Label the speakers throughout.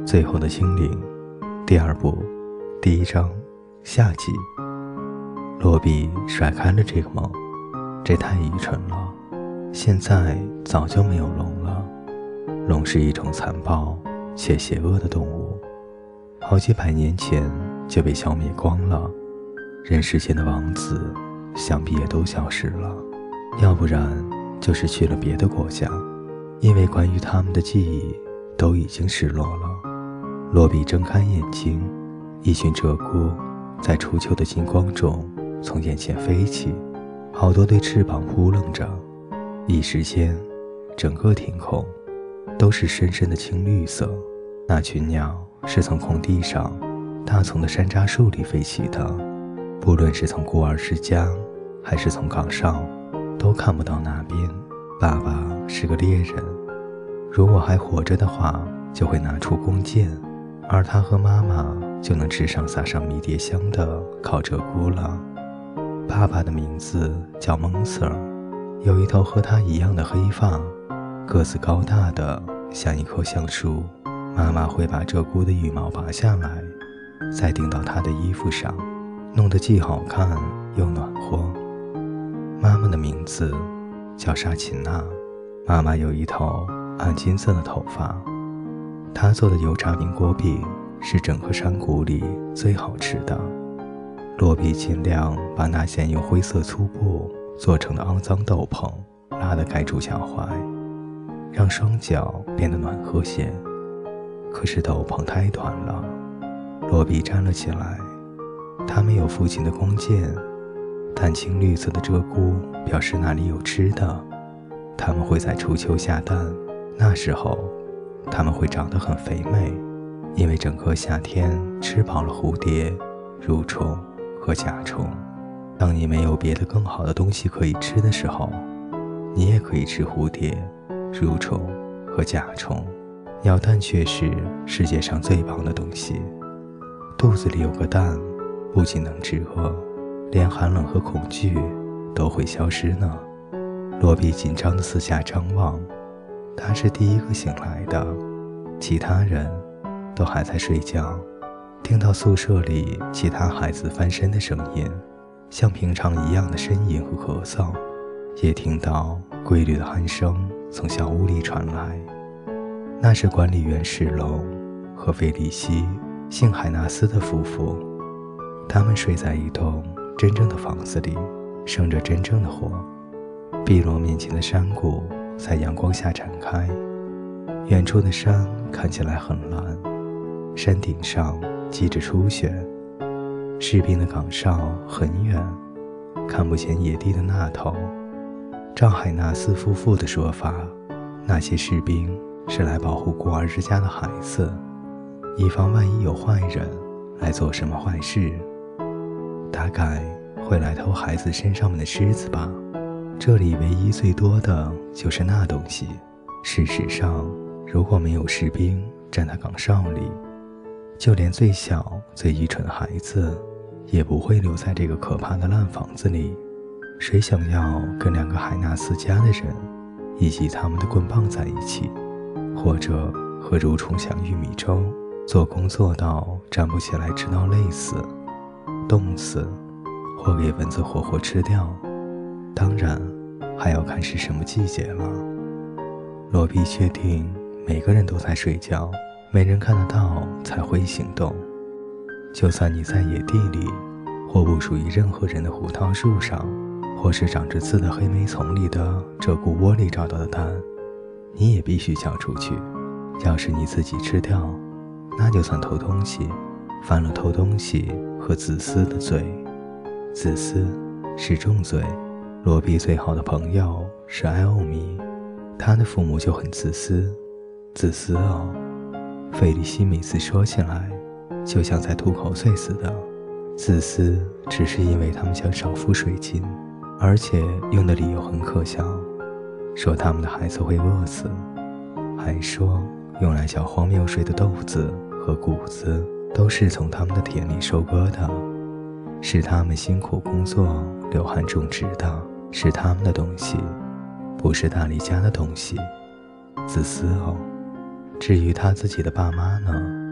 Speaker 1: 最后的精灵第二部第1章下集。罗比甩开了这个梦，这太愚蠢了，现在早就没有龙了。龙是一种残暴且邪恶的动物，好几百年前就被消灭光了，人世间的王子想必也都消失了，要不然就是去了别的国家，因为关于他们的记忆都已经失落了。罗比睁开眼睛，一群鹧鸪在初秋的金光中从眼前飞起，好多对翅膀扑棱着，一时间整个天空都是深深的青绿色。那群鸟是从空地上大丛的山楂树里飞起的，不论是从孤儿之家还是从岗上，都看不到那边。爸爸是个猎人，如果还活着的话就会拿出弓箭，而他和妈妈就能吃上撒上迷迭香的烤鹧鸪了。爸爸的名字叫蒙 Sir， 有一头和他一样的黑发，个子高大的像一棵橡树。妈妈会把鹧鸪的羽毛拔下来，再钉到他的衣服上，弄得既好看又暖和。妈妈的名字叫沙琴娜，妈妈有一头暗金色的头发，她做的油炸苹果饼是整个山谷里最好吃的。罗比尽量把那件用灰色粗布做成的肮脏斗篷拉得盖住脚踝，让双脚变得暖和些。可是斗篷太短了，罗比站了起来。他没有父亲的弓箭，但青绿色的鹧鸪表示那里有吃的，它们会在初秋下蛋，那时候它们会长得很肥美，因为整个夏天吃饱了蝴蝶、蠕虫和甲虫。当你没有别的更好的东西可以吃的时候，你也可以吃蝴蝶、蠕虫和甲虫。鸟蛋却是世界上最棒的东西，肚子里有个蛋，不仅能止饿，连寒冷和恐惧都会消失呢。罗比紧张地四下张望，他是第一个醒来的，其他人都还在睡觉。听到宿舍里其他孩子翻身的声音，像平常一样的呻吟和咳嗽，也听到规律的鼾声从小屋里传来。那是管理员史隆和菲利西·幸海纳斯的夫妇，他们睡在一栋真正的房子里，生着真正的火。碧罗面前的山谷在阳光下展开，远处的山看起来很蓝，山顶上积着初雪。士兵的岗哨很远，看不见野地的那头。照海纳斯夫妇的说法，那些士兵是来保护孤儿之家的孩子，以防万一有坏人来做什么坏事，大概会来偷孩子身上面的虱子吧。这里唯一最多的就是那东西。事实上，如果没有士兵站在岗哨里，就连最小最愚蠢的孩子也不会留在这个可怕的烂房子里。谁想要跟2个海纳斯家的人以及他们的棍棒在一起，或者和蠕虫享玉米粥，做工做到站不起来直到累死、冻死，或给蚊子活活吃掉？当然还要看是什么季节了。罗比确定每个人都在睡觉，没人看得到才会行动。就算你在野地里，或不属于任何人的胡桃树上，或是长着刺的黑莓丛里的鹧鸪窝里找到的蛋，你也必须交出去。要是你自己吃掉，那就算偷东西，犯了偷东西和自私的罪。自私是重罪。罗比最好的朋友是艾欧米，他的父母就很自私。自私哦，费利西每次说起来就像在吐口水似的。自私只是因为他们想少付税金，而且用的理由很可笑，说他们的孩子会饿死，还说用来缴荒谬税的豆子和谷子都是从他们的田里收割的，是他们辛苦工作流汗种植的，是他们的东西，不是大力家的东西。自私哦。至于他自己的爸妈呢，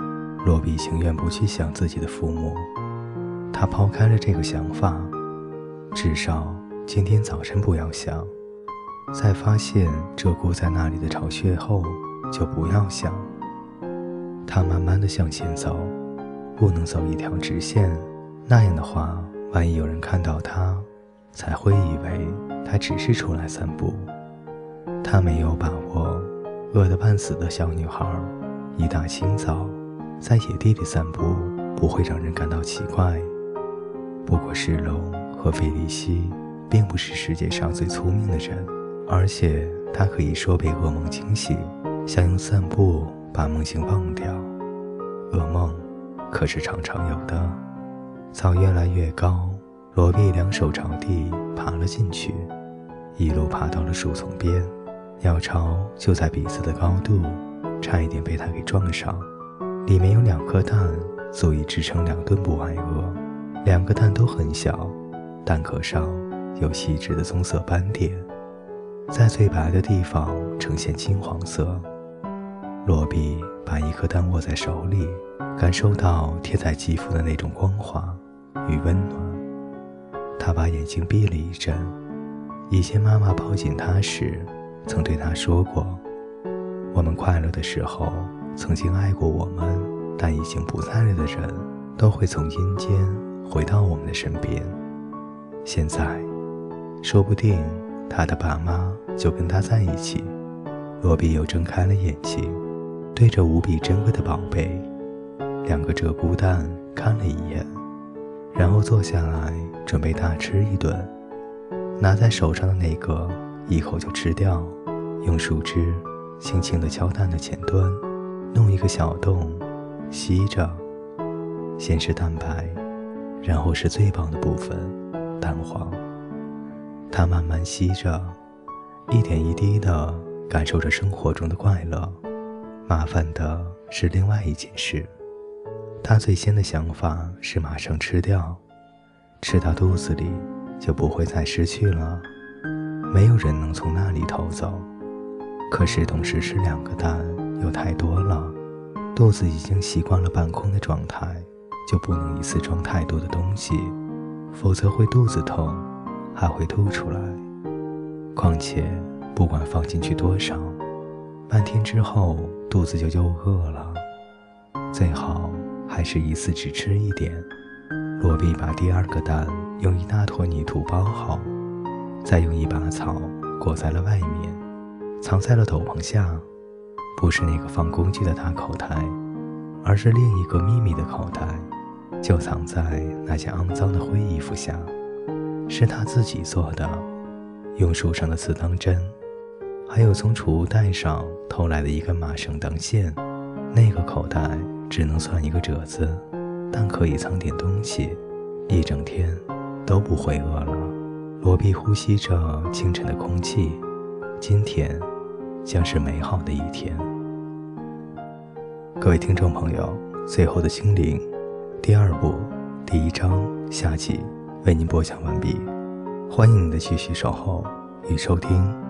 Speaker 1: 罗比情愿不去想自己的父母，他抛开了这个想法，至少今天早晨不要想，在发现鹧鸪在那里的巢穴后就不要想。他慢慢地向前走，不能走一条直线，那样的话，万一有人看到他，才会以为他只是出来散步。他没有把握，饿得半死的小女孩一大清早在野地里散步不会让人感到奇怪。不过史龙和菲利西并不是世界上最聪明的人，而且他可以说被噩梦惊醒，想用散步把梦境忘掉。噩梦可是常常有的。草越来越高，罗比两手着地爬了进去，一路爬到了树丛边，鸟巢就在鼻子的高度，差一点被他给撞上。里面有2颗蛋，足以支撑2顿不挨饿。2个蛋都很小，蛋壳上有细致的棕色斑点，在最白的地方呈现金黄色。罗比把1颗蛋握在手里，感受到贴在肌肤的那种光滑与温暖。他把眼睛闭了一阵，以前妈妈抱紧他时曾对他说过，我们快乐的时候曾经爱过我们但已经不在了的人，都会从阴间回到我们的身边。现在说不定他的爸妈就跟他在一起。罗比又睁开了眼睛，对着无比珍贵的宝贝2个鹧鸪蛋看了一眼，然后坐下来准备大吃一顿。拿在手上的那个一口就吃掉，用树枝轻轻地敲蛋的前端，弄一个小洞，吸着。先是蛋白，然后是最棒的部分，蛋黄。他慢慢吸着，一点一滴地感受着生活中的快乐。麻烦的是另外一件事，他最先的想法是马上吃掉，吃到肚子里就不会再失去了，没有人能从那里偷走。可是同时吃2个蛋又太多了，肚子已经习惯了半空的状态，就不能一次装太多的东西，否则会肚子痛，还会吐出来。况且不管放进去多少，半天之后肚子就又饿了。最好还是一次只吃一点。罗比把第2个蛋用一大坨泥土包好，再用一把草裹在了外面，藏在了斗篷下。不是那个放工具的大口袋，而是另一个秘密的口袋，就藏在那件肮脏的灰衣服下。是他自己做的，用树上的刺当针，还有从储物袋上偷来的一根麻绳当线。那个口袋只能算一个褶子，但可以藏点东西，一整天都不会饿了。罗比呼吸着清晨的空气，今天将是美好的一天。各位听众朋友，最后的精灵第2部第1章下集为您播讲完毕，欢迎您的继续守候与收听。